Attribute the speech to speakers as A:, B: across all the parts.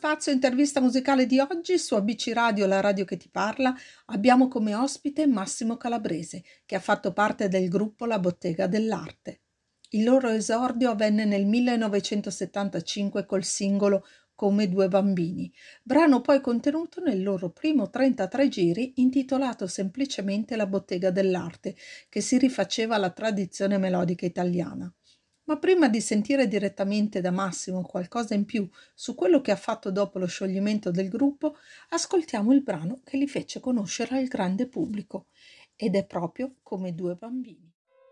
A: spazio intervista musicale di oggi su ABC Radio, la radio che ti parla, abbiamo come ospite Massimo Calabrese, che ha fatto parte del gruppo La Bottega dell'Arte. Il loro esordio avvenne nel 1975 col singolo Come due bambini, brano poi contenuto nel loro primo 33 giri intitolato semplicemente La Bottega dell'Arte, che si rifaceva alla tradizione melodica italiana. Ma prima di sentire direttamente da Massimo qualcosa in più su quello che ha fatto dopo lo scioglimento del gruppo, ascoltiamo il brano che li fece conoscere al grande pubblico, ed è proprio Come due bambini.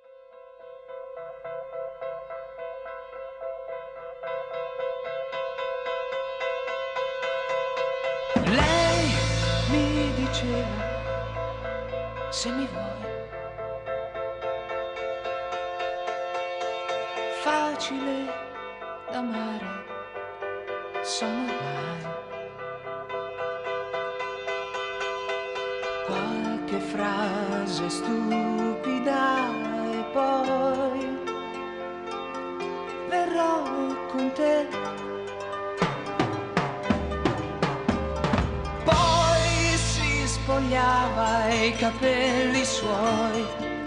B: Lei mi diceva, se mi vuoi, facile da amare, sono ormai. Qualche frase stupida e poi verrò con te. Poi si spogliava e i capelli suoi,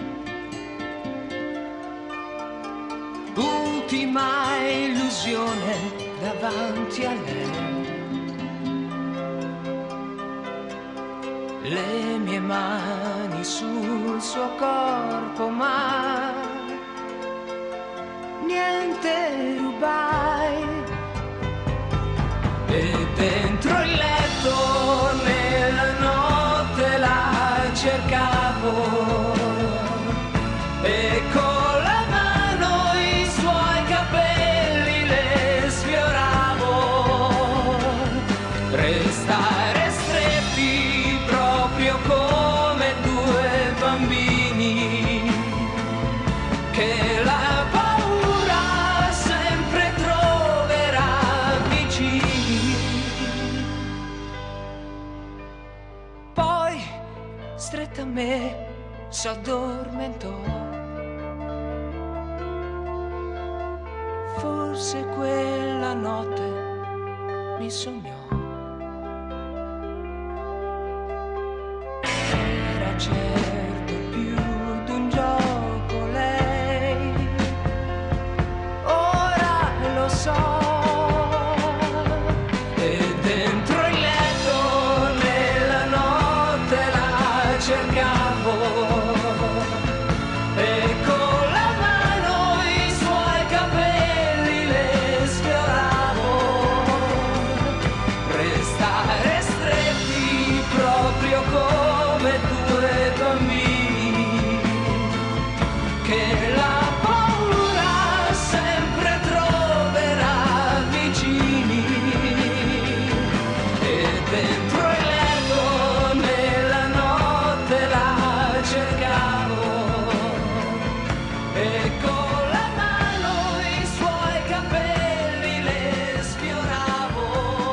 B: ultima illusione davanti a lei. Le mie mani sul suo corpo, ma niente rubai. E dentro il letto nella notte la cercavo e con la mano i suoi capelli le sfioravo. Restare stretti proprio come due bambini che la paura sempre troverà vicini. Poi stretta a me s'addormentò. Forse quella notte mi sognò. Era certo più d'un gioco lei, ora lo so. E dentro il letto nella notte la cercavo e con la mano i suoi capelli le sfioravo. Restare stretti proprio come due bambini che la paura sempre troverà vicini. E dentro il letto nella notte la cercavo e con la mano i suoi capelli le sfioravo.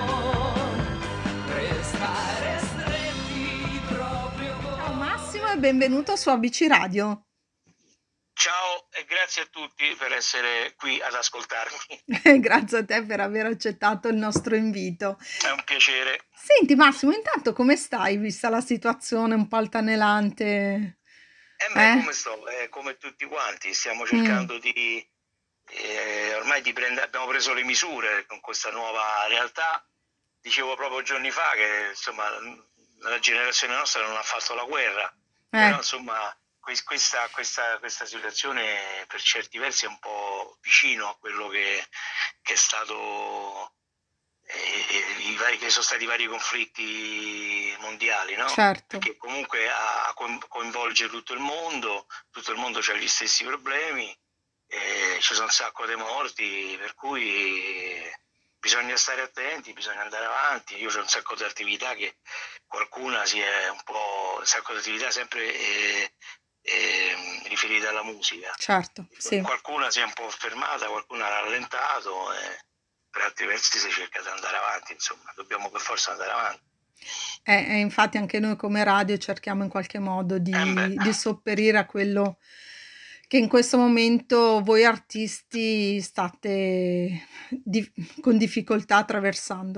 B: Restare stretti proprio
A: Ciao Massimo e benvenuto su ABC Radio.
C: Ciao e grazie a tutti per essere qui ad ascoltarmi.
A: Grazie a te per aver accettato il nostro invito.
C: È un piacere.
A: Senti Massimo, intanto come stai, vista la situazione un po' altalenante?
C: Come sto? Come tutti quanti, stiamo cercando di ormai abbiamo preso le misure con questa nuova realtà. Dicevo proprio giorni fa che insomma la generazione nostra non ha fatto la guerra, però insomma questa situazione per certi versi è un po' vicino a quello che è stato che sono stati i vari conflitti mondiali, no?
A: Certo.
C: Perché comunque coinvolge tutto il mondo ha gli stessi problemi, ci sono un sacco di morti, per cui bisogna stare attenti, bisogna andare avanti. Io c'ho un sacco di attività che qualcuna si è un po', un sacco di attività sempre riferite alla musica.
A: Certo, sì.
C: Qualcuna si è un po' fermata, qualcuna ha rallentato, per altri versi si cerca di andare avanti, insomma, dobbiamo per forza andare avanti.
A: Infatti anche noi come radio cerchiamo in qualche modo di sopperire a quello che in questo momento voi artisti state con difficoltà attraversando, no?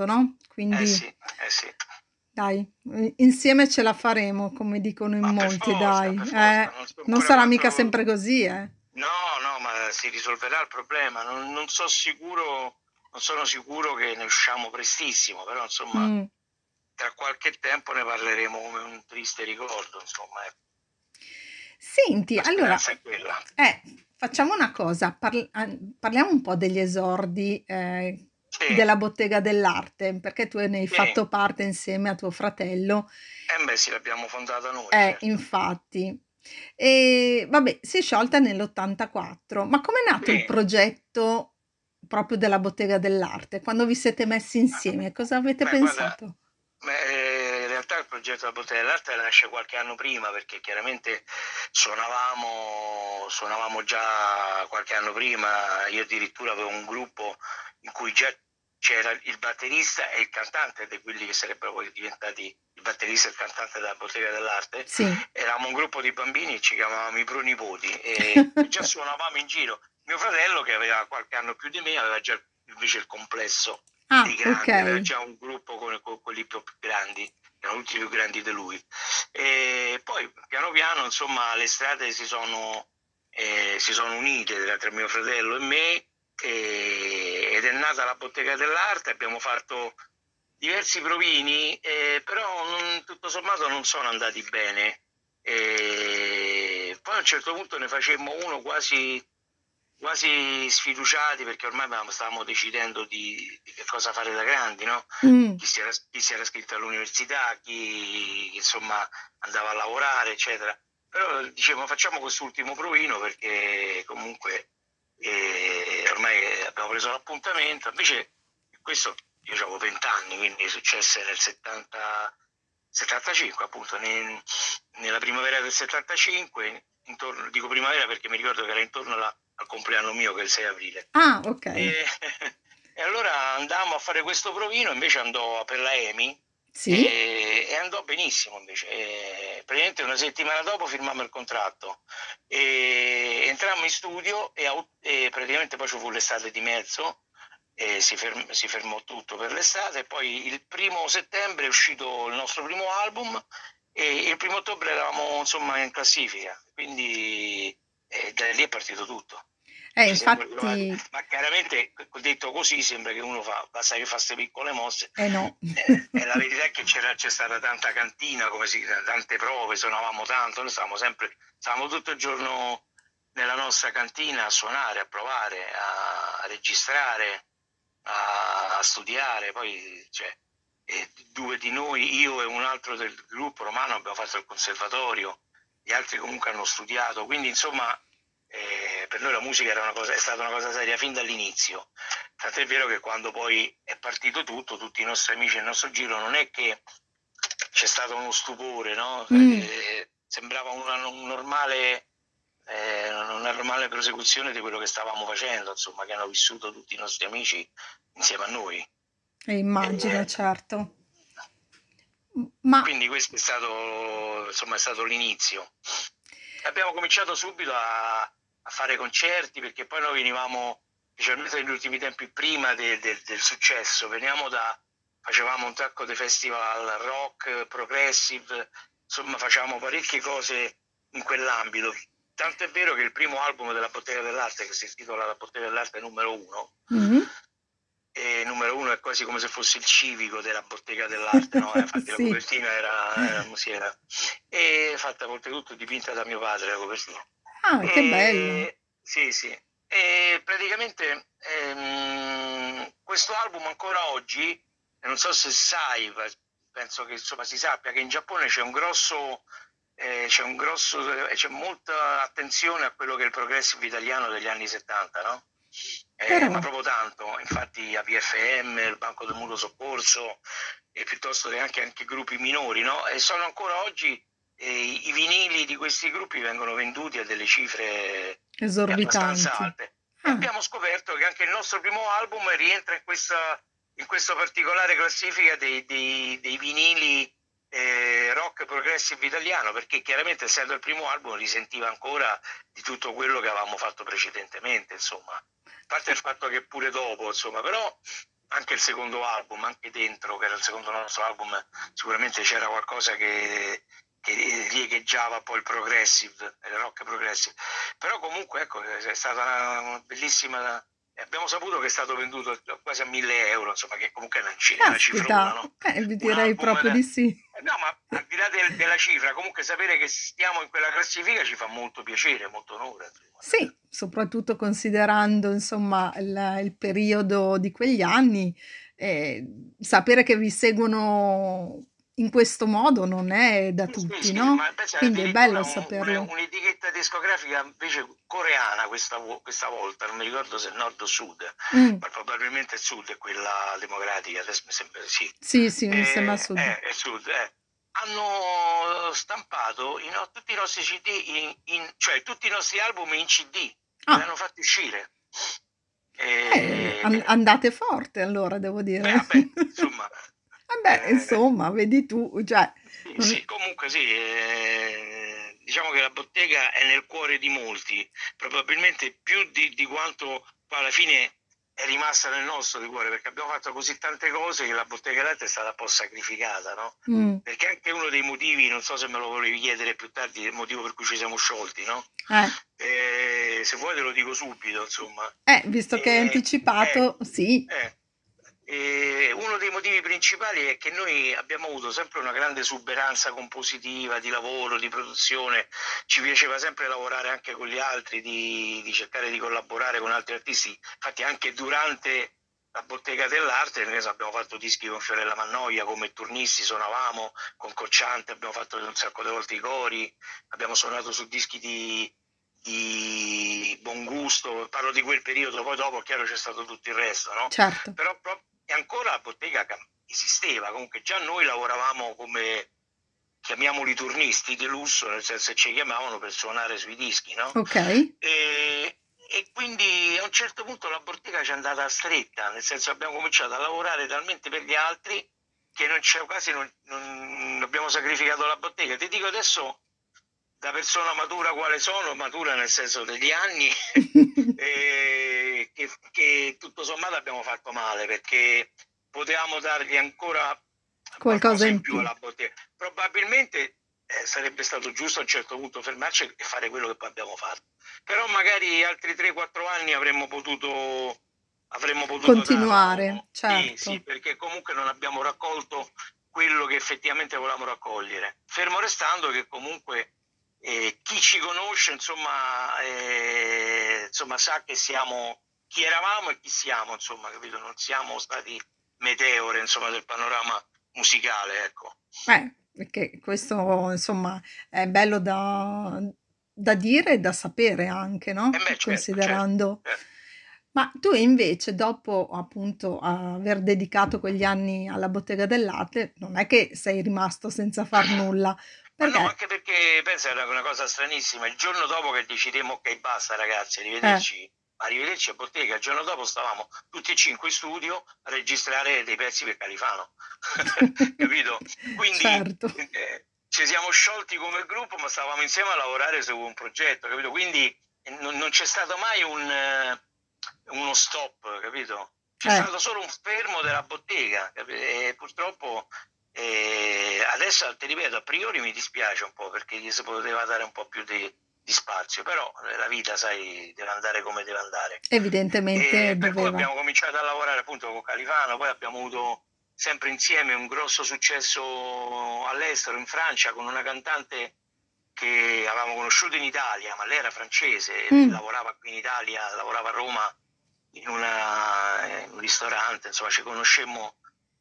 A: quindi
C: sì, eh sì.
A: dai, insieme ce la faremo, come dicono in
C: Ma
A: molti, dai.
C: per forza, non so
A: Non
C: ancora
A: sarà mica
C: quanto.
A: sempre così, eh.
C: No, no, ma si risolverà il problema. Non so sicuro, non sono sicuro che ne usciamo prestissimo, però insomma,
A: Mm.
C: tra qualche tempo ne parleremo come un triste ricordo, insomma,
A: Senti,
C: la
A: allora,
C: speranza è quella.
A: eh, facciamo una cosa, parliamo un po' degli esordi
C: Sì,
A: della Bottega dell'Arte, perché tu ne hai
C: sì,
A: fatto parte insieme a tuo fratello,
C: beh sì, l'abbiamo fondata noi, certo.
A: infatti. E vabbè, si è sciolta nell'84, ma com'è nato il
C: Sì,
A: progetto proprio della Bottega dell'Arte? Quando vi siete messi insieme, cosa avete
C: beh, guarda,
A: pensato?
C: in realtà il progetto della Bottega dell'Arte nasce qualche anno prima perché chiaramente suonavamo già qualche anno prima, io addirittura avevo un gruppo in cui già c'era il batterista e il cantante di quelli che sarebbero poi diventati il batterista e il cantante della Bottega dell'Arte.
A: Sì.
C: Eravamo un gruppo di bambini e ci chiamavamo i pronipoti e già suonavamo in giro. Mio fratello, che aveva qualche anno più di me, aveva già invece il complesso dei
A: Ah, ok.
C: grandi, aveva già un gruppo con quelli più grandi, erano tutti più grandi di lui. E poi piano piano, insomma, le strade si sono unite tra mio fratello e me ed è nata la Bottega dell'Arte, abbiamo fatto diversi provini, però tutto sommato non sono andati bene. E poi a un certo punto ne facemmo uno quasi sfiduciati perché ormai stavamo decidendo di che cosa fare da grandi, no?
A: Mm.
C: Chi si era iscritto all'università, chi insomma andava a lavorare, eccetera. Però diciamo facciamo quest'ultimo provino perché comunque ormai abbiamo preso l'appuntamento, invece questo io avevo 20 anni, quindi successe nel 75, appunto, nella primavera del 75, dico primavera perché mi ricordo che era intorno al compleanno mio, che è il 6 aprile.
A: Ah, ok.
C: E, e allora andammo a fare questo provino, invece andò per la EMI
A: Sì?
C: e andò benissimo invece. Praticamente una settimana dopo firmammo il contratto e entrammo in studio e praticamente poi ci fu l'estate di mezzo e si fermò tutto per l'estate e poi il 1° settembre è uscito il nostro primo album e il 1° ottobre eravamo insomma in classifica, quindi da lì è partito tutto. Ci siamo ritrovati,
A: Infatti,
C: ma chiaramente detto così sembra che uno basta che fa queste piccole mosse.
A: eh no.
C: E la verità è che c'è stata tanta cantina, tante prove, suonavamo tanto, noi stavamo tutto il giorno nella nostra cantina a suonare, a provare, a registrare, a studiare, poi cioè, due di noi, io e un altro del gruppo romano, abbiamo fatto il conservatorio, gli altri comunque hanno studiato, quindi insomma per noi la musica è stata una cosa seria fin dall'inizio. Tant'è vero che quando poi è partito tutto, tutti i nostri amici e il nostro giro, non è che c'è stato uno stupore, no?
A: Mm.
C: Sembrava una normale prosecuzione di quello che stavamo facendo, insomma, che hanno vissuto tutti i nostri amici insieme a noi.
A: Immagino,
C: E
A: certo. Ma
C: quindi questo è stato l'inizio. Abbiamo cominciato subito a fare concerti perché poi noi venivamo, specialmente negli ultimi tempi, prima del successo, facevamo un sacco di festival rock, progressive, insomma facevamo parecchie cose in quell'ambito. Tanto è vero che il primo album della Bottega dell'Arte, che si intitola La Bottega dell'Arte numero 1,
A: mm.
C: e numero 1 è quasi come se fosse il civico della Bottega dell'Arte, no? Infatti la
A: Sì.
C: copertina era e fatta oltretutto dipinta da mio padre la copertina.
A: Ah, che bello.
C: Sì, sì. E praticamente questo album ancora oggi, non so se sai, penso che insomma si sappia che in Giappone c'è molta attenzione a quello che è il progressive italiano degli anni 70, no?
A: Però,
C: Ma proprio tanto, infatti APFM, il Banco del Mutuo Soccorso, e piuttosto che anche gruppi minori, no? E sono ancora oggi i vinili di questi gruppi vengono venduti a delle cifre abbastanza
A: esorbitanti.
C: alte. E
A: Ah,
C: abbiamo scoperto che anche il nostro primo album rientra in questa particolare classifica dei vinili rock progressive italiano, perché chiaramente essendo il primo album risentiva ancora di tutto quello che avevamo fatto precedentemente, insomma. A parte il fatto che pure dopo, insomma, però anche il secondo album, anche dentro, che era il secondo nostro album, sicuramente c'era qualcosa che riecheggiava poi il progressive, il rock progressive. Però comunque ecco, è stata una bellissima. Abbiamo saputo che è stato venduto quasi a 1.000 euro, insomma, che comunque è una cifrona,
A: Caspita,
C: no?
A: vi
C: Un
A: direi
C: album.
A: proprio di sì.
C: No, ma al di là della cifra, comunque sapere che stiamo in quella classifica ci fa molto piacere, molto onore. Insomma.
A: Sì, soprattutto considerando, insomma, il periodo di quegli anni, sapere che vi seguono in questo modo non è da
C: Sì,
A: tutti,
C: sì,
A: no?
C: ma pensa
A: Quindi è
C: addirittura
A: bello saperlo.
C: un'etichetta discografica invece coreana questa volta, non mi ricordo se nord o sud,
A: Mm,
C: ma probabilmente il sud è quella democratica, adesso mi sembra di sì.
A: sì, sì, mi sembra sud.
C: È il sud, hanno stampato tutti i nostri CD, cioè tutti i nostri album in CD, e
A: Ah,
C: l'hanno fatti uscire. E,
A: andate forte allora, devo
C: beh,
A: dire.
C: vabbè, insomma,
A: Vabbè,
C: eh,
A: insomma, vedi tu, cioè,
C: sì,
A: non-
C: sì, comunque sì, diciamo che la bottega è nel cuore di molti, probabilmente più di quanto poi alla fine è rimasta nel nostro di cuore, perché abbiamo fatto così tante cose che la bottega d'arte è stata un po' sacrificata, no?
A: mm,
C: Perché anche uno dei motivi, non so se me lo volevi chiedere più tardi, il motivo per cui ci siamo sciolti, no?
A: eh,
C: Se vuoi te lo dico subito, insomma.
A: visto che hai
C: Eh, eh,
A: anticipato, sì,
C: eh. Uno dei motivi principali è che noi abbiamo avuto sempre una grande esuberanza compositiva, di lavoro, di produzione, ci piaceva sempre lavorare anche con gli altri, di cercare di collaborare con altri artisti, infatti anche durante la bottega dell'arte, noi abbiamo fatto dischi con Fiorella Mannoia, come turnisti suonavamo, con Cocciante abbiamo fatto un sacco di volte i cori, abbiamo suonato su dischi di buon gusto, parlo di quel periodo, poi dopo chiaro c'è stato tutto il resto, no?
A: certo.
C: Però e ancora la bottega esisteva, comunque già noi lavoravamo come, chiamiamoli turnisti di lusso, nel senso che ci chiamavano per suonare sui dischi, no?
A: Ok,
C: E quindi a un certo punto la bottega ci è andata stretta, nel senso che abbiamo cominciato a lavorare talmente per gli altri che non c'è quasi, non abbiamo sacrificato la bottega. Ti dico adesso, da persona matura quale sono, matura nel senso degli anni, che tutto sommato abbiamo fatto male perché potevamo dargli ancora
A: qualcosa
C: qualcosa in
A: in
C: più
A: più.
C: alla bottega. Probabilmente sarebbe stato giusto a un certo punto fermarci e fare quello che poi abbiamo fatto. Però magari altri 3-4 anni avremmo potuto
A: Continuare,
C: darlo. Sì, sì,
A: certo.
C: perché comunque non abbiamo raccolto quello che effettivamente volevamo raccogliere. Fermo restando che comunque chi ci conosce, insomma, sa che siamo chi eravamo e chi siamo, insomma, capito? Non siamo stati meteore, insomma, del panorama musicale, ecco.
A: Perché questo insomma è bello da dire e da sapere anche,
C: E
A: no?
C: beh, certo, certo,
A: Considerando.
C: certo.
A: Ma tu invece, dopo appunto aver dedicato quegli anni alla bottega dell'arte, non è che sei rimasto senza far nulla,
C: Ma no,
A: perché,
C: anche perché pensa era una cosa stranissima. Il giorno dopo che decidemmo, ok, basta ragazzi,
A: eh,
C: arrivederci a bottega, il giorno dopo stavamo tutti e cinque in studio a registrare dei pezzi per Califano, capito? Quindi
A: certo,
C: ci siamo sciolti come gruppo, ma stavamo insieme a lavorare su un progetto, capito? Quindi non c'è stato mai uno stop, capito? C'è
A: eh,
C: stato solo un fermo della bottega, e purtroppo adesso ti ripeto, a priori mi dispiace un po' perché gli si poteva dare un po' più di spazio, però la vita, sai, deve andare come deve andare.
A: evidentemente
C: E per cui
A: doveva.
C: abbiamo cominciato a lavorare appunto con Califano, poi abbiamo avuto sempre insieme un grosso successo all'estero, in Francia, con una cantante che avevamo conosciuto in Italia, ma lei era francese,
A: Mm,
C: lavorava qui in Italia, lavorava a Roma in un ristorante, insomma ci conoscemmo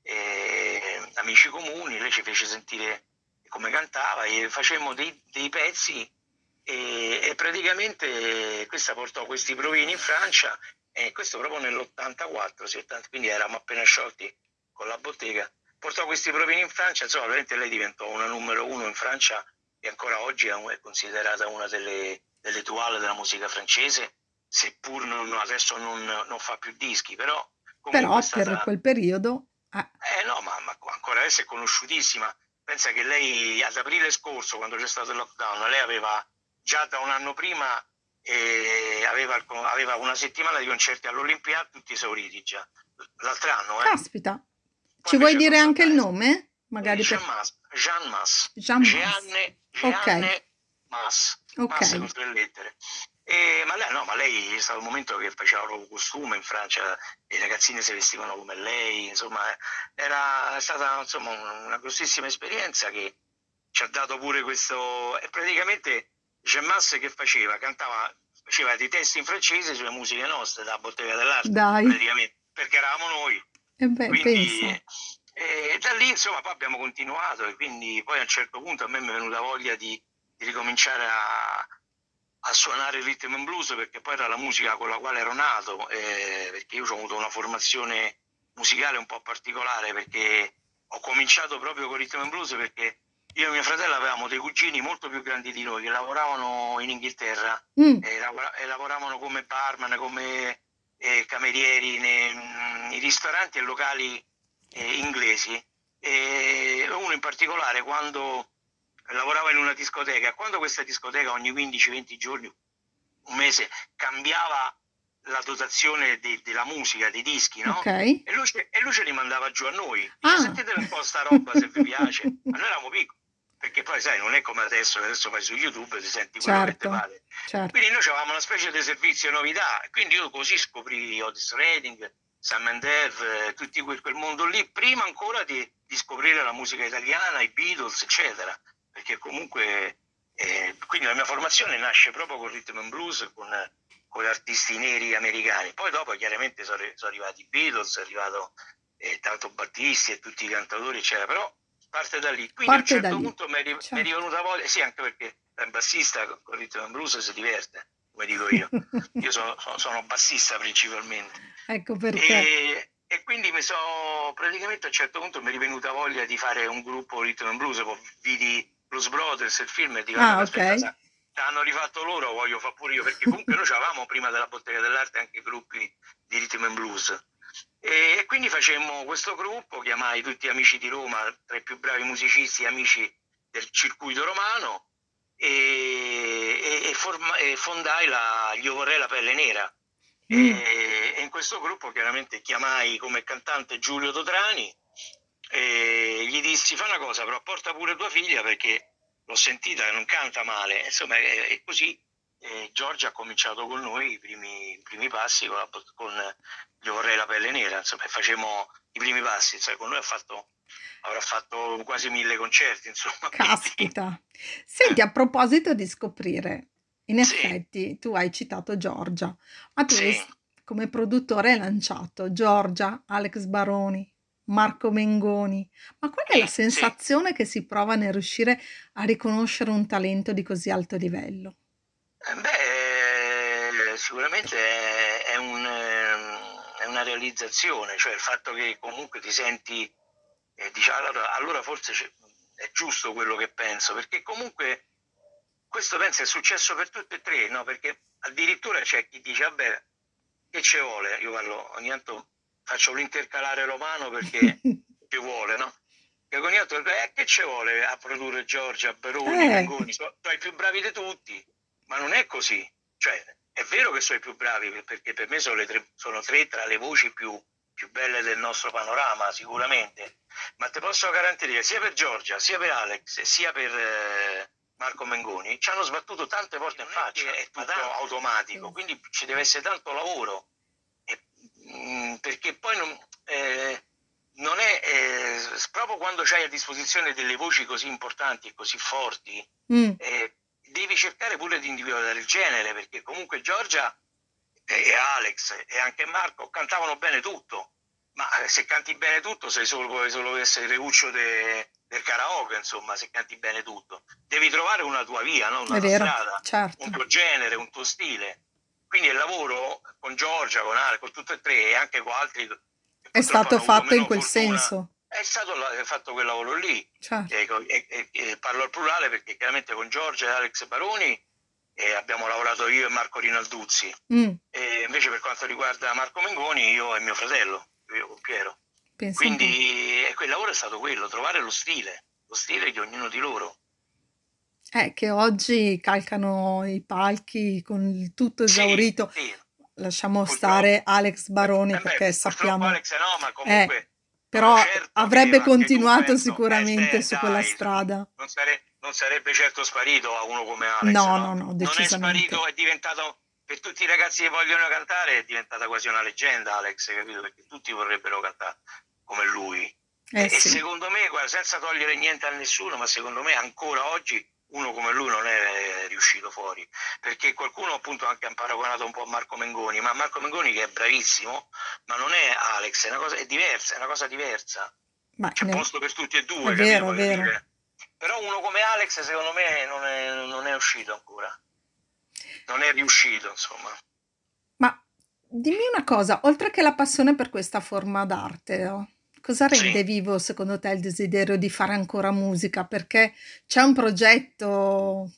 C: amici comuni, lei ci fece sentire come cantava e facemmo dei pezzi e praticamente questa portò questi provini in Francia e questo proprio nell'84, quindi eravamo appena sciolti con la bottega, portò questi provini in Francia, insomma veramente lei diventò una numero uno in Francia e ancora oggi è considerata una delle toile della musica francese, seppur adesso non fa più dischi, però comunque è
A: però per
C: stata.
A: quel periodo,
C: No, ma ancora adesso è conosciutissima. Pensa che lei ad aprile scorso, quando c'è stato il lockdown, lei aveva già da un anno prima e aveva una settimana di concerti all'Olimpiade, tutti esauriti già, l'altro anno, eh.
A: Caspita.
C: Poi
A: Ci vuoi
C: invece
A: dire
C: posso
A: anche il
C: andare.
A: nome? Magari
C: Jean
A: per
C: Mas, Jean Mas,
A: Jean Mas. Ok,
C: Jeanne Mas,
A: ok.
C: Mas con 3 lettere. Ma lei, no, ma lei è stato un momento che faceva proprio costume in Francia, le ragazzine si vestivano come lei, insomma, era stata insomma una grossissima esperienza che ci ha dato pure questo. E praticamente Jean Mas che faceva? Faceva dei testi in francese sulle musiche nostre, da Bottega dell'Arte,
A: Dai.
C: praticamente, perché eravamo noi.
A: E beh,
C: Quindi
A: pensa.
C: da lì insomma poi abbiamo continuato e quindi poi a un certo punto a me mi è venuta voglia di ricominciare a suonare il rhythm and blues perché poi era la musica con la quale ero nato, perché io ho avuto una formazione musicale un po' particolare perché ho cominciato proprio con il rhythm and blues perché io e mio fratello avevamo dei cugini molto più grandi di noi che lavoravano in Inghilterra
A: Mm,
C: e lavoravano come barman, come camerieri nei ristoranti e locali inglesi. E uno in particolare quando lavorava in una discoteca, quando questa discoteca ogni 15-20 giorni, un mese, cambiava la dotazione della musica, dei dischi,
A: ok.
C: no? E lui ce li mandava giù a noi. Dice,
A: Ah.
C: sentite un po' sta roba se vi piace. Ma noi eravamo piccoli, perché poi sai, non è come adesso, che adesso vai su YouTube e ti senti quello che ti
A: Certo,
C: pare.
A: certo.
C: Quindi noi avevamo una specie di servizio novità, e quindi io così scoprì Otis Redding, Sam and Dave, tutti quel mondo lì, prima ancora di scoprire la musica italiana, i Beatles, eccetera, perché comunque quindi la mia formazione nasce proprio con rhythm and blues, con artisti neri americani. Poi dopo chiaramente sono arrivati i Beatles, è arrivato Tato Battisti e tutti i cantatori, eccetera, però parte da lì. Quindi a un
A: Parte da
C: certo
A: lì.
C: punto mi è
A: Certo.
C: rivenuta voglia, sì, anche perché da bassista con rhythm and blues si diverte, come dico io. Io sono bassista principalmente.
A: Ecco perché.
C: E quindi praticamente a un certo punto mi è rivenuta voglia di fare un gruppo rhythm and blues, poi vidi Blues Brothers, il film, e dico,
A: Ah,
C: vabbè,
A: ok.
C: aspetta, hanno rifatto loro, voglio fare pure io, perché comunque noi avevamo prima della Bottega dell'Arte anche gruppi di rhythm and blues. E quindi facemmo questo gruppo, chiamai tutti amici di Roma, tra i più bravi musicisti, amici del circuito romano, e fondai Io vorrei la pelle nera.
A: Mm.
C: E in questo gruppo chiaramente chiamai come cantante Giulio Totrani e gli dissi fa una cosa, però porta pure tua figlia perché l'ho sentita che non canta male. Insomma, e così Giorgia ha cominciato con noi i primi passi con Io vorrei la pelle nera, insomma, e facevamo i primi passi, sai, con noi avrà fatto quasi 1000 concerti, insomma, quindi
A: Caspita. Senti, a proposito di scoprire, in
C: sì,
A: effetti tu hai citato Giorgia, ma tu
C: sì,
A: come produttore hai lanciato Giorgia, Alex Baroni, Marco Mengoni. Ma qual è la
C: sì, sì.
A: sensazione che si prova nel riuscire a riconoscere un talento di così alto livello?
C: Sicuramente è una realizzazione, cioè il fatto che comunque ti senti, dici, allora forse è giusto quello che penso, perché comunque questo penso è successo per tutte e tre, no? Perché addirittura c'è chi dice, vabbè, che ci vuole? Io parlo, ogni tanto faccio l'intercalare romano perché ci vuole, no? Che ogni tanto, che ci vuole a produrre Giorgia, Baroni,
A: Eh,
C: Mengoni, sono i più bravi di tutti, ma non è così. Cioè, è vero che sono i più bravi, perché per me sono tre tra le voci più belle del nostro panorama, sicuramente, ma ti posso garantire che sia per Giorgia, sia per Alex, sia per Marco Mengoni, ci hanno sbattuto tante volte in faccia, è tutto automatico, quindi ci deve essere tanto lavoro, e, perché poi non è, proprio quando hai a disposizione delle voci così importanti e così forti,
A: mm,
C: devi cercare pure di individuare il genere, perché comunque Giorgia e Alex e anche Marco cantavano bene tutto, ma se canti bene tutto puoi solo essere il reuccio del karaoke, insomma, se canti bene tutto. Devi trovare una tua via, no? Una
A: è
C: tua
A: vero,
C: strada, un
A: certo.
C: tuo genere, un tuo stile. Quindi il lavoro con Giorgia, con Alex, con tutte e tre e anche con altri che
A: È
C: purtroppo
A: stato
C: hanno avuto
A: fatto in
C: meno
A: quel
C: fortuna,
A: senso,
C: è stato fatto quel lavoro lì.
A: certo.
C: Parlo al plurale perché chiaramente con Giorgia e Alex Baroni abbiamo lavorato io e Marco Rinalduzzi.
A: Mm,
C: E invece per quanto riguarda Marco Mengoni, io e mio fratello, io con Piero.
A: pensa un po'.
C: Quindi quel lavoro è stato quello, trovare lo stile di ognuno di loro.
A: Che oggi calcano i palchi con il tutto
C: Sì,
A: esaurito.
C: sì,
A: Lasciamo
C: purtroppo,
A: stare Alex Baroni perché
C: purtroppo
A: sappiamo,
C: Alex no, ma
A: eh,
C: comunque sono
A: però
C: certo che
A: avrebbe
C: anche tu
A: continuato
C: penso,
A: sicuramente su quella
C: dai,
A: strada.
C: non sarebbe certo sparito a uno come Alex,
A: No, no,
C: no?
A: no,
C: Non è
A: decisamente.
C: sparito, è diventato, per tutti i ragazzi che vogliono cantare, è diventata quasi una leggenda Alex, capito? Perché tutti vorrebbero cantare come lui.
A: Eh
C: E
A: sì,
C: secondo me, guarda, senza togliere niente a nessuno, ma secondo me ancora oggi uno come lui non è riuscito fuori, perché qualcuno appunto anche ha paragonato un po' a Marco Mengoni, ma Marco Mengoni che è bravissimo, ma non è Alex, è una cosa, è diversa, è una cosa diversa.
A: ma
C: C'è posto per tutti e
A: è
C: due, capito?
A: vero, è
C: Voglio
A: vero.
C: dire. Però uno come Alex secondo me non è uscito ancora, non è riuscito, insomma.
A: Ma dimmi una cosa, oltre che la passione per questa forma d'arte, no? Cosa
C: Sì,
A: rende vivo secondo te il desiderio di fare ancora musica? Perché c'è un progetto,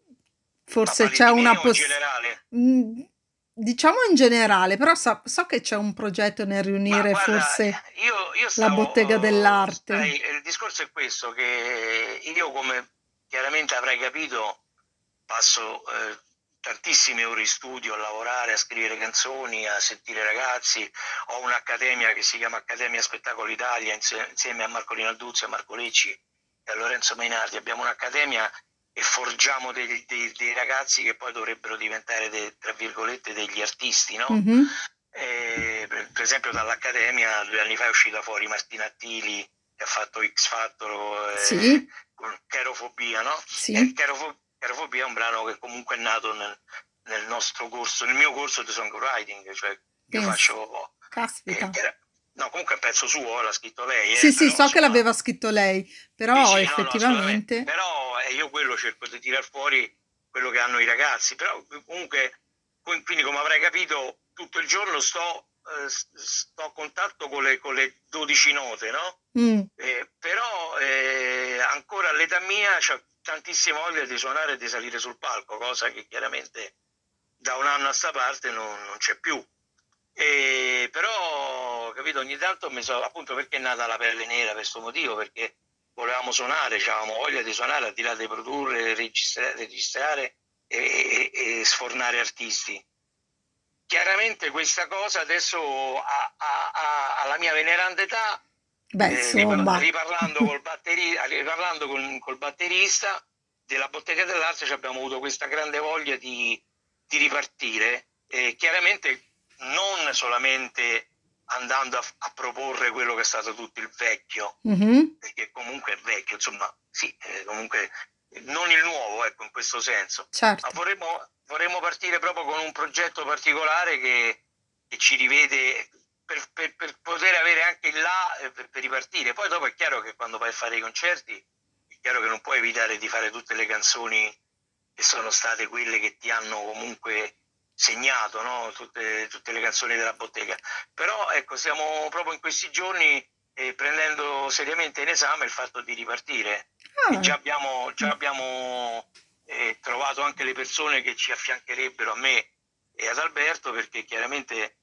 C: ma
A: forse
C: parli
A: c'è
C: di
A: una
C: me o in
A: possibilità,
C: generale?
A: diciamo in generale, però so che c'è un progetto nel
C: Ma
A: riunire
C: guarda,
A: forse
C: io
A: la bottega
C: stavo,
A: dell'arte.
C: sai, il discorso è questo, che io come chiaramente avrai capito, passo tantissime ore in studio a lavorare, a scrivere canzoni, a sentire ragazzi. Ho un'accademia che si chiama Accademia Spettacolo Italia, insieme a Marco Rinalduzzi, a Marco Lecci e a Lorenzo Mainardi. Abbiamo un'accademia e forgiamo dei ragazzi che poi dovrebbero diventare, tra virgolette, degli artisti, no?
A: Mhm.
C: Per esempio dall'Accademia 2 anni fa è uscita fuori Martina Attili che ha fatto X Factor
A: Sì,
C: con Cherofobia, no?
A: sì,
C: Cherofobia è un brano che comunque è nato nel nostro corso, nel mio corso di songwriting, cioè io
A: penso.
C: faccio,
A: Caspita.
C: no, comunque è un pezzo suo, l'ha scritto lei,
A: Sì, sì,
C: però
A: so che
C: insomma,
A: l'aveva scritto lei,
C: sì,
A: però
C: sì, no, no, assolutamente.
A: effettivamente,
C: Però io quello cerco di tirar fuori quello che hanno i ragazzi. Però comunque, quindi come avrai capito, tutto il giorno sto a contatto con le 12 note, no?
A: mm,
C: Però ancora all'età mia ho tantissima voglia di suonare e di salire sul palco, cosa che chiaramente da un anno a sta parte non c'è più. Però, capito, ogni tanto appunto perché è nata la pelle nera per questo motivo, perché volevamo suonare, avevamo voglia di suonare al di là di produrre, registrare e sfornare artisti. Chiaramente questa cosa adesso alla mia veneranda età,
A: beh, insomma,
C: riparlando col batterista della Bottega dell'Arte, abbiamo avuto questa grande voglia di ripartire, chiaramente non solamente andando a proporre quello che è stato tutto il vecchio,
A: mhm,
C: perché comunque è vecchio, insomma, sì, comunque non il nuovo, ecco, in questo senso, ma
A: certo.
C: vorremmo partire proprio con un progetto particolare che ci rivede per poter avere anche il là per ripartire. Poi dopo è chiaro che quando vai a fare i concerti, è chiaro che non puoi evitare di fare tutte le canzoni che sono state quelle che ti hanno comunque segnato, no? Tutte le canzoni della bottega. Però ecco, stiamo proprio in questi giorni prendendo seriamente in esame il fatto di ripartire e
A: Ah,
C: già abbiamo trovato anche le persone che ci affiancherebbero a me e ad Alberto, perché chiaramente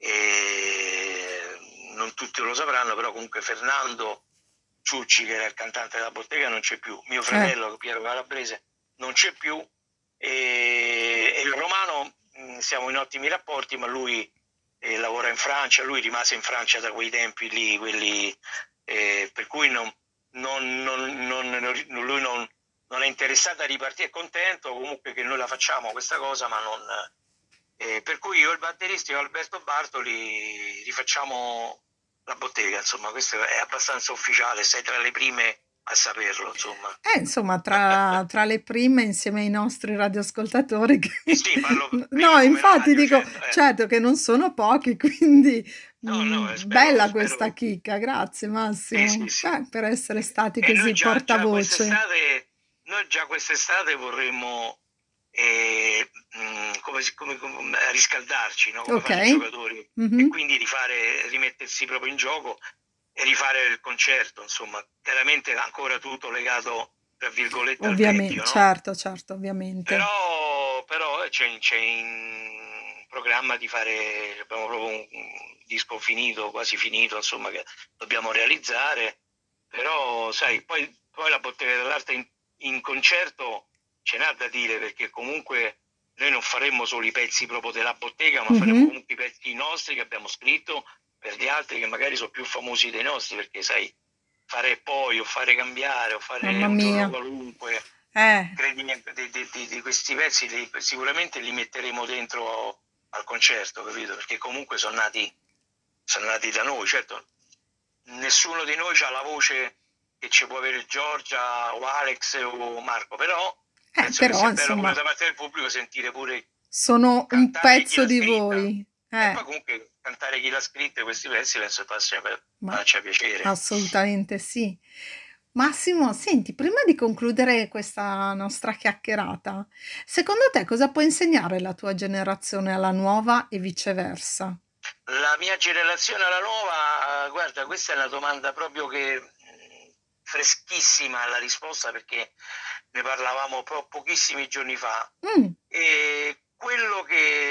C: non tutti lo sapranno, però comunque Fernando Ciucci, che era il cantante della bottega, non c'è più, mio
A: eh,
C: fratello Piero Calabrese non c'è più, e il Romano siamo in ottimi rapporti, ma lui lavora in Francia, lui rimase in Francia da quei tempi lì, quelli, per cui lui non è interessato a ripartire, è contento comunque che noi la facciamo questa cosa, ma non... per cui io e il batterista, io e Alberto Bartoli, rifacciamo la bottega, insomma, questo è abbastanza ufficiale, sei tra le prime a saperlo, insomma.
A: insomma, tra le prime insieme ai nostri radioascoltatori che
C: Sì, parlo
A: no,
C: prime come
A: infatti
C: radio,
A: dico,
C: certo.
A: certo che non sono pochi, quindi
C: No, no,
A: bella questa
C: spero.
A: chicca, grazie
C: Sì, sì,
A: Massimo,
C: sì.
A: per essere stati
C: E
A: così portavoce.
C: noi già quest'estate vorremmo riscaldarci, no? Come
A: Ok?
C: fanno i giocatori, e
A: Mhm.
C: quindi rimettersi proprio in gioco e rifare il concerto, insomma, chiaramente ancora tutto legato, tra virgolette, al
A: Ovviamente,
C: vecchio, no?
A: certo, certo, ovviamente.
C: Però c'è in programma di fare, abbiamo proprio un disco finito, quasi finito, insomma, che dobbiamo realizzare. Però, sai, poi la Bottega dell'Arte in concerto ce n'ha da dire, perché comunque noi non faremmo solo i pezzi proprio della bottega, ma faremmo comunque i pezzi nostri che abbiamo scritto per gli altri che magari sono più famosi dei nostri, perché sai, fare poi o fare cambiare o fare
A: Mamma
C: un giorno
A: mia.
C: qualunque,
A: Eh,
C: credimi, di questi pezzi sicuramente li metteremo dentro al concerto, capito? Perché comunque sono nati da noi, certo. Nessuno di noi ha la voce che ci può avere Giorgia o Alex o Marco, però penso che
A: però
C: sia bello pure
A: insomma,
C: da parte del pubblico sentire pure
A: sono un
C: cantare chi
A: pezzo
C: l'ha
A: di
C: scritta.
A: voi.
C: E poi comunque cantare chi l'ha scritta questi pezzi penso
A: Ma
C: faccia piacere.
A: assolutamente sì. Massimo, senti, prima di concludere questa nostra chiacchierata, secondo te cosa può insegnare la tua generazione alla nuova e viceversa?
C: La mia generazione alla nuova, guarda, questa è una domanda proprio che freschissima la risposta, perché ne parlavamo pochissimi giorni fa.
A: Mm,
C: E quello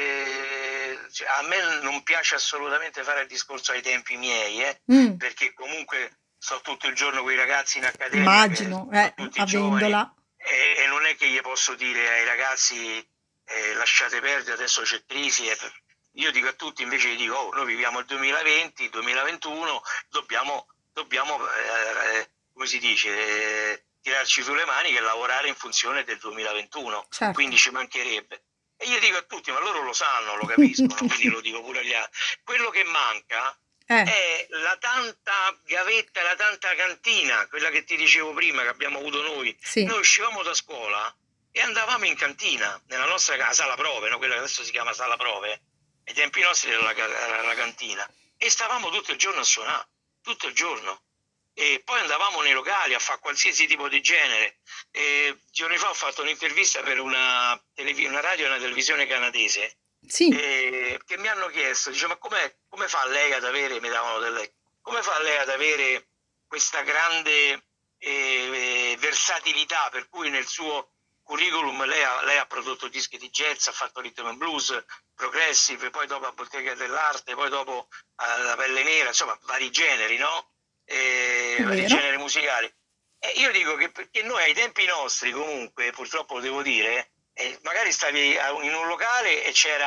C: che cioè, a me non piace assolutamente fare il discorso ai tempi miei,
A: mm,
C: perché comunque sto tutto il giorno con i ragazzi in accademia, che
A: immagino,
C: sono tutti giovani,
A: avendola.
C: e non è che gli posso dire ai ragazzi lasciate perdere, adesso c'è crisi. Io dico a tutti, invece gli dico, oh, noi viviamo il 2020, il 2021, dobbiamo come si dice, tirarci sulle maniche e lavorare in funzione del 2021,
A: Certo.
C: quindi ci mancherebbe. E io dico a tutti, ma loro lo sanno, lo capiscono, quindi lo dico pure agli altri. Quello che manca
A: Eh,
C: è la tanta gavetta, la tanta cantina, quella che ti dicevo prima che abbiamo avuto noi.
A: sì,
C: Noi uscivamo da scuola e andavamo in cantina, nella nostra sala prove, no? Quella che adesso si chiama sala prove, ai tempi nostri era la cantina, e stavamo tutto il giorno a suonare, tutto il giorno. E poi andavamo nei locali a fare qualsiasi tipo di genere. E giorni fa ho fatto un'intervista per una radio e una televisione canadese,
A: sì,
C: che mi hanno chiesto, dice, ma come fa lei ad avere, mi davano come fa lei ad avere questa grande versatilità, per cui nel suo curriculum lei ha prodotto dischi di jazz, ha fatto rhythm and blues, progressive, poi dopo a Bottega dell'Arte, poi dopo alla Pelle Nera, insomma vari generi, no?
A: è
C: Vari
A: vero.
C: generi musicali. E io dico che perché noi ai tempi nostri, comunque, purtroppo lo devo dire, magari stavi in un locale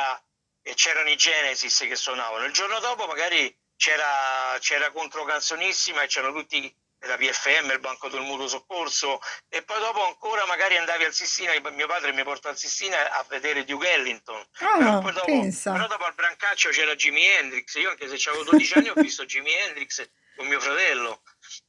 C: e c'erano i Genesis che suonavano. Il giorno dopo magari c'era Contro Canzonissima e c'erano tutti la PFM, il Banco del Mutuo Soccorso, e poi dopo ancora magari andavi al Sistina, mio padre mi portò al Sistina a vedere Duke Ellington, però
A: Ah,
C: poi però
A: pensa.
C: dopo al Brancaccio c'era Jimi Hendrix, io anche se avevo 12 anni ho visto Jimi Hendrix con mio fratello,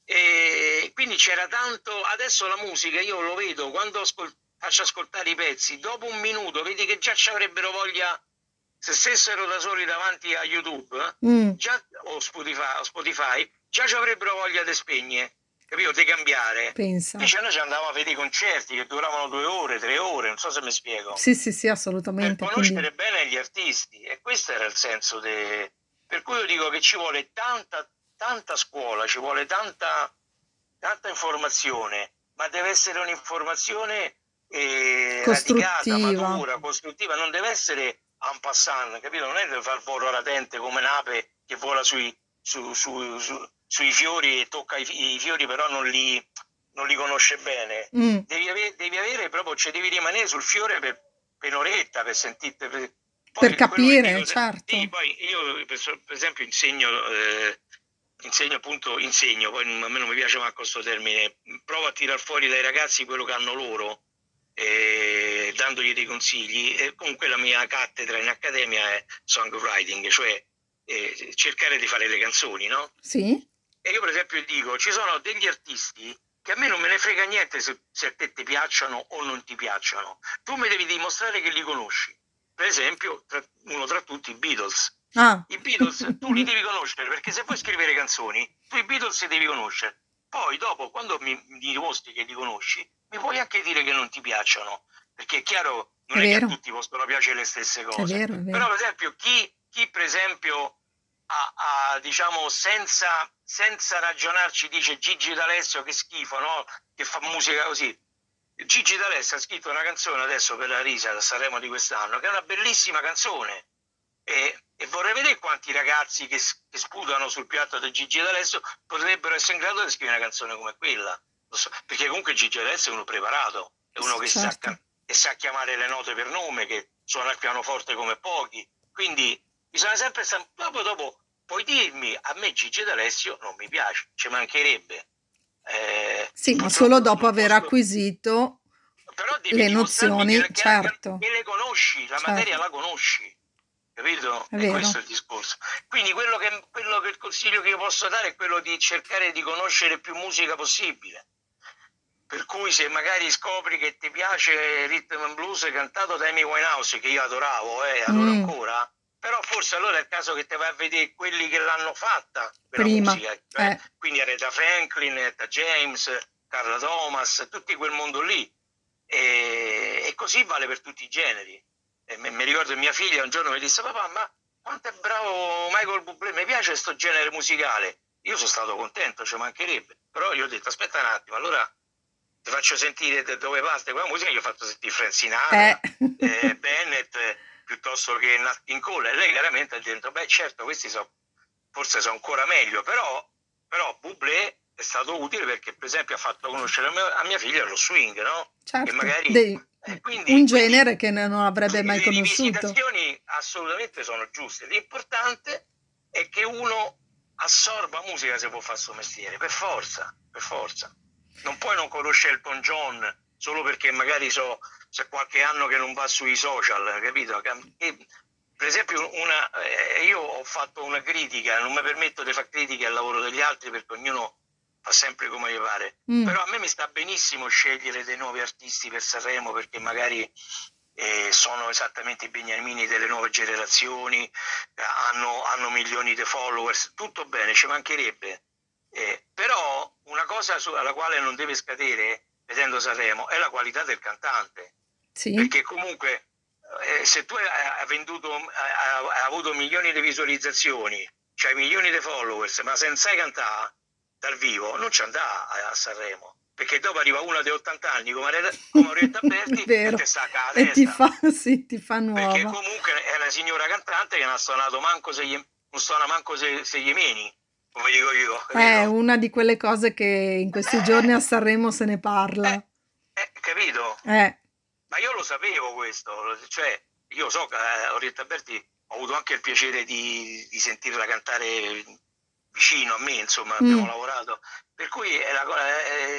C: e quindi c'era tanto. Adesso la musica io lo vedo quando faccio ascoltare i pezzi, dopo un minuto vedi che già ci avrebbero voglia, se stessero da soli davanti a YouTube,
A: Mm,
C: già, o Spotify, già ci avrebbero voglia di spegnere, capito? Di cambiare.
A: pensa.
C: Invece noi ci andavamo a vedere i concerti che duravano 2 ore, 3 ore, non so se mi spiego,
A: Sì, sì, sì,
C: per
A: assolutamente. Quindi
C: conoscere bene gli artisti, e questo era il senso. Per cui io dico che ci vuole tanta scuola, ci vuole tanta informazione, ma deve essere un'informazione radicata,
A: costruttiva.
C: matura, costruttiva, non deve essere en passant, capito? Non è da far volo latente come un'ape che vola sui fiori e tocca i fiori, però non li conosce bene.
A: Mm,
C: Devi avere proprio, cioè devi rimanere sul fiore per un'oretta per sentirti.
A: per
C: Poi quello che
A: capire,
C: dico, sì,
A: certo.
C: poi io per esempio insegno appunto, poi a me non mi piace manco questo termine, provo a tirar fuori dai ragazzi quello che hanno loro, dandogli dei consigli. E comunque la mia cattedra in accademia è songwriting, cioè cercare di fare le canzoni, no?
A: Sì?
C: E io per esempio dico, ci sono degli artisti che a me non me ne frega niente se a te ti piacciono o non ti piacciono. Tu mi devi dimostrare che li conosci. Per esempio, uno tra tutti, i Beatles.
A: Ah,
C: I Beatles tu li devi conoscere, perché se vuoi scrivere canzoni, tu i Beatles li devi conoscere. Poi dopo, quando mi dimostri che li conosci, mi puoi anche dire che non ti piacciono, perché è chiaro,
A: è
C: non è che a
A: vero,
C: tutti possono piacere le stesse
A: è
C: cose.
A: vero, è
C: Però
A: vero.
C: per esempio chi per esempio diciamo senza ragionarci dice Gigi D'Alessio che schifo, no? Che fa musica così. Gigi D'Alessio ha scritto una canzone adesso per la Risa da Sanremo di quest'anno, che è una bellissima canzone, e vorrei vedere quanti ragazzi che sputano sul piatto di Gigi D'Alessio potrebbero essere in grado di scrivere una canzone come quella. Lo so, perché comunque Gigi D'Alessio è uno preparato, è uno che sa,
A: Certo.
C: e sa chiamare le note per nome, che suona il pianoforte come pochi. Quindi bisogna sempre dopo puoi dirmi, a me Gigi D'Alessio non mi piace, ci mancherebbe.
A: Sì, ma
C: Purtroppo
A: solo dopo
C: non
A: aver
C: posso,
A: acquisito
C: però devi
A: le
C: dimostrarmi
A: nozioni, certo,
C: che le conosci, la materia
A: certo,
C: la conosci, capito?
A: è
C: E questo
A: vero.
C: è il discorso. Quindi quello che il consiglio che io posso dare è quello di cercare di conoscere più musica possibile. Per cui se magari scopri che ti piace Rhythm and Blues cantato da Amy Winehouse, che io adoravo e adoro
A: Mm,
C: ancora, però forse allora è il caso che ti vai a vedere quelli che l'hanno fatta quella
A: prima,
C: musica, cioè, quindi Aretha Franklin, Etta James, Carla Thomas, tutto quel mondo lì. E così vale per tutti i generi. E mi ricordo che mia figlia un giorno mi disse: papà, ma quanto è bravo Michael Bublé, mi piace questo genere musicale. Io sono stato contento, ci mancherebbe, però io ho detto aspetta un attimo, allora ti faccio sentire dove parte quella musica. Gli ho fatto sentire Frank
A: eh,
C: Sinatra, Bennett, piuttosto che Nat King Cole, e lei chiaramente ha detto beh certo, questi forse sono ancora meglio, però Bublé è stato utile perché per esempio ha fatto conoscere a mia figlia lo swing, no? Che
A: certo,
C: magari
A: un
C: quindi
A: genere che non avrebbe mai
C: le
A: conosciuto.
C: rivisitazioni assolutamente sono giuste. L'importante è che uno assorba musica se può fare suo mestiere, per forza, per forza. Non puoi non conoscere Elton John solo perché magari c'è qualche anno che non va sui social, capito? E, per esempio, io ho fatto una critica, non mi permetto di fare critiche al lavoro degli altri perché ognuno fa sempre come gli pare.
A: Mm,
C: Però a me mi sta benissimo scegliere dei nuovi artisti per Sanremo perché magari sono esattamente i beniamini delle nuove generazioni, hanno milioni di followers, tutto bene, ci mancherebbe. Però una cosa alla quale non deve scadere, vedendo Sanremo, è la qualità del cantante.
A: sì,
C: Perché comunque se tu hai avuto milioni di visualizzazioni, c'hai milioni di followers, ma se non sai cantare dal vivo, non ci andrà a Sanremo. Perché dopo arriva una di 80 anni come Orietta
A: è
C: Berti e
A: vero.
C: te stacca la
A: E ti
C: testa.
A: fa, sì, ti fa
C: Perché
A: nuova.
C: comunque è una signora cantante che non ha suonato manco non suona manco se gli meni, come dico io,
A: È
C: capito?
A: una di quelle cose che in questi giorni a Sanremo se ne parla.
C: Capito?
A: Eh,
C: Ma io lo sapevo questo, cioè io so che Orietta Berti ho avuto anche il piacere di sentirla cantare vicino a me, insomma, abbiamo
A: mm,
C: lavorato, per cui è la cosa,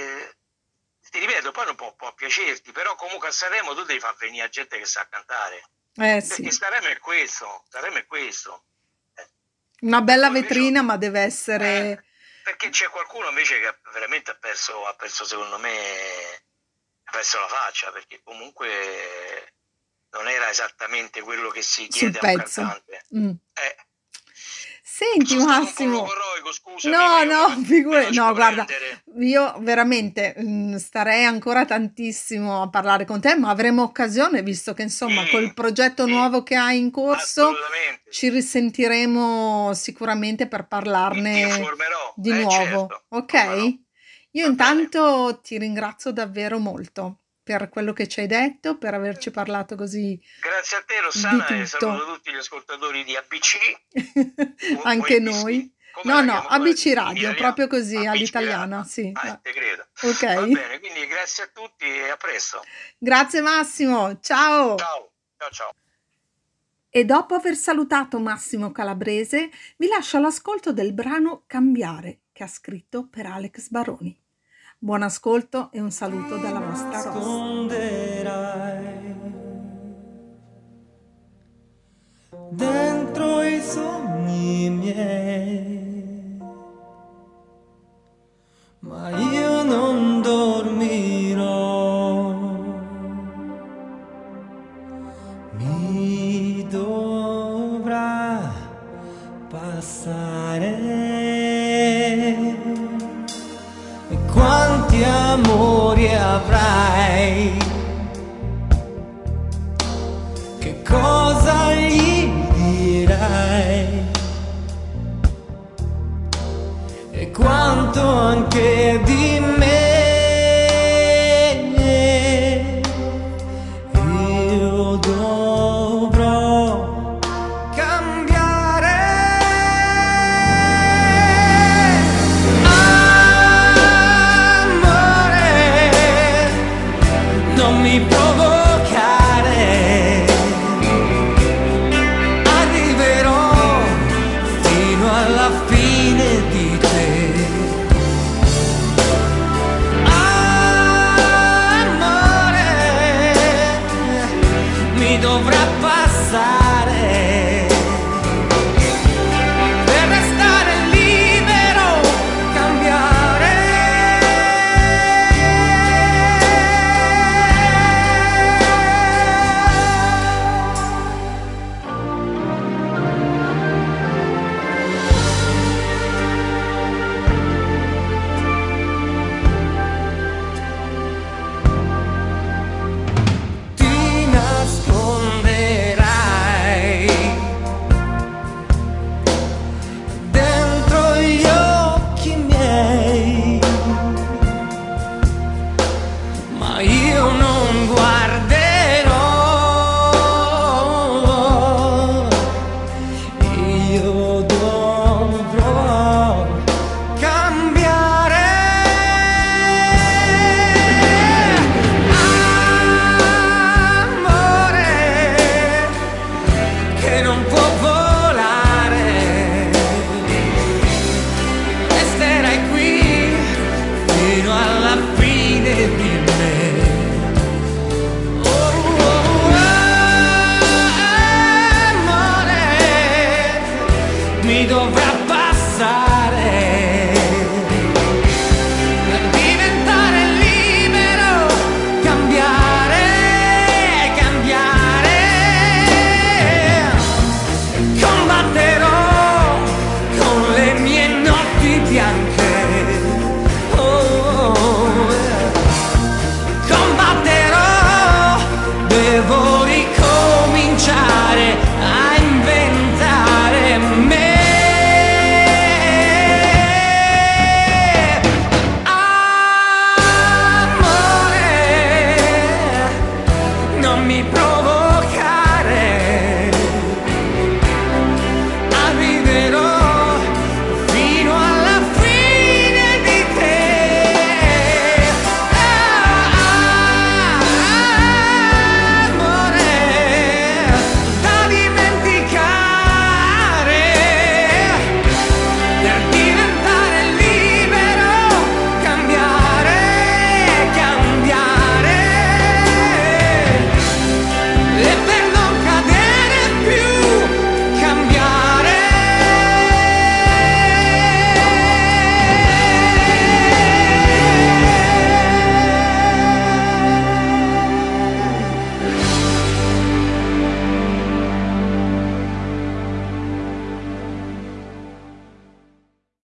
C: ti ripeto, poi non può piacerti, però comunque a Sanremo tu devi far venire gente che sa cantare, perché
A: sì.
C: Sanremo è questo, Sanremo è questo.
A: Una
C: Per
A: bella
C: cui invece,
A: vetrina, ma deve essere
C: perché c'è qualcuno invece che veramente ha perso secondo me, ha perso la faccia, perché comunque non era esattamente quello che si
A: sul
C: chiede a un
A: pezzo.
C: cantante.
A: Mm.
C: Eh,
A: Senti
C: sono stato un po'
A: Massimo,
C: logorroico, scusami, ma
A: no,
C: io
A: no,
C: mi
A: no,
C: lascio
A: guarda,
C: prendere.
A: io veramente starei ancora tantissimo a parlare con te, ma avremo occasione, visto che insomma col
C: Sì,
A: progetto
C: sì,
A: nuovo che hai in corso
C: assolutamente.
A: ci risentiremo sicuramente per
C: Ti
A: parlarne
C: informerò,
A: di nuovo,
C: certo, come
A: ok?
C: no.
A: Io
C: Va bene.
A: intanto ti ringrazio davvero molto per quello che ci hai detto, per averci parlato così
C: Grazie a te
A: di
C: Rossana e saluto
A: tutto.
C: tutti gli ascoltatori di ABC o
A: Anche
C: ABC.
A: noi.
C: Come
A: No,
C: la
A: no,
C: chiamo?
A: ABC
C: In
A: Radio,
C: italiano?
A: proprio così,
C: ABC
A: all'italiana,
C: Radio.
A: sì.
C: Te credo. Va
A: Ok.
C: bene, quindi grazie a tutti e a presto.
A: Grazie Massimo, ciao!
C: Ciao, ciao, ciao.
A: E dopo aver salutato Massimo Calabrese, vi lascio all'ascolto del brano Cambiare, che ha scritto per Alex Baroni. Buon ascolto e un saluto dalla vostra Rossa.
B: Nasconderai dentro i sogni miei, ma io non dormirò, mi dovrà passare. E quanti amori avrai? Che cosa gli dirai? E quanto anche di me io dovrò cambiare. Amore, non mi provochi mi dovrà passare per restare libero, cambiare. Ti nasconderai dentro gli occhi miei, ma io non guarderò, io dovrò cambiare. Amore che non può volare, resterai qui fino alla fine di me. Oh, oh, oh, amore, mi dovrà passare per diventare libero, cambiare, cambiare. Combatterò con le mie notti bianche. Oh, oh, oh, yeah. Combatterò, devo ricominciare a inventare me. Amore, non mi